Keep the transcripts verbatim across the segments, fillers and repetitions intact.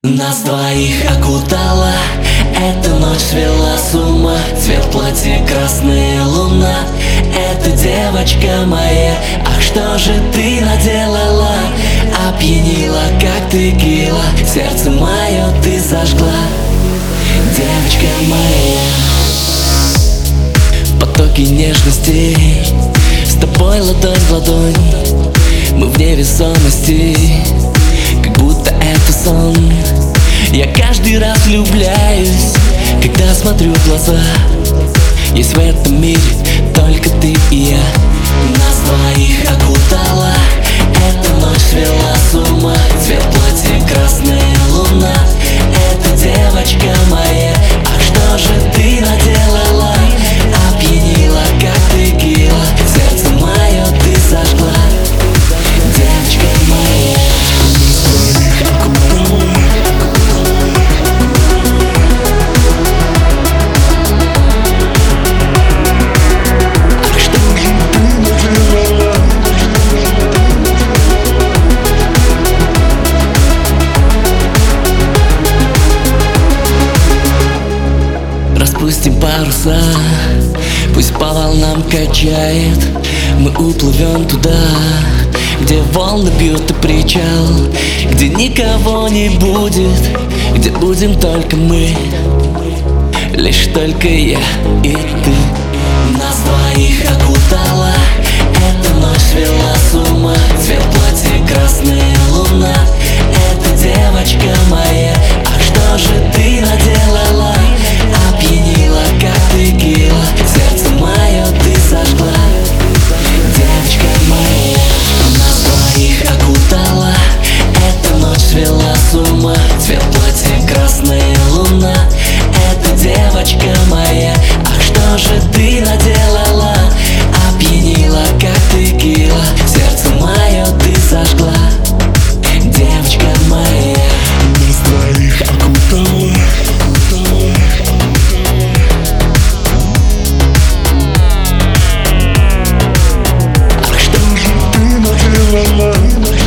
Нас двоих окутала эта ночь, свела с ума. Цвет платья красная луна. Это девочка моя, ах, что же ты наделала? Опьянила, как текила, сердце мое ты зажгла. Девочка моя, потоки нежности, с тобой ладонь в ладонь. Мы в невесомости, как будто это сон. Я каждый раз влюбляюсь, когда смотрю в глаза. Есть в этом мире только ты и я. Нас двоих окутала эта ночь, свела с ума. Цвет платья красная луна. Это девочка моя, ах, что же ты наделала? Опьянила, как текила, сердце мое ты зажгла. Девочка моя, распустим паруса, пусть по волнам качает. Мы уплывем туда, где волны бьют и причал, где никого не будет, где будем только мы, лишь только я и ты. Нас двоих окутала эта ночь, свела с ума. Цвет платья красная луна. Это девочка моя, ах, что же ты наделала? Опьянила, как текила, сердце мое ты зажгла. Девочка моя, нас двоих окутала эта ночь, свела с ума. Цвет платья красная луна. Это девочка моя, ах, что же ты наделала? Опьянила, как текила, сердце мое ты зажгла. Девочка моя, нас двоих окутала. ах, что же Ты наделала?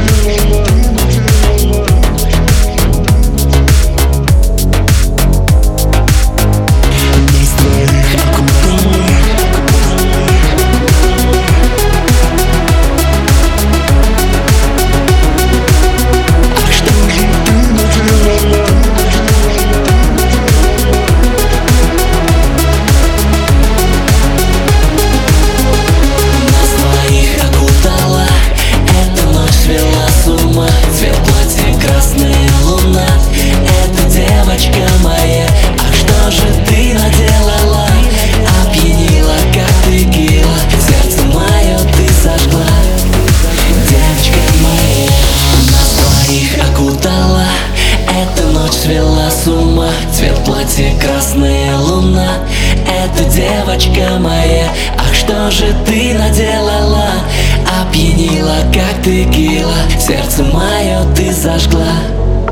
свела с ума. Цвет платья красная луна. Это девочка моя, ах, что же ты наделала? Опьянила, как текила, сердце мое ты зажгла.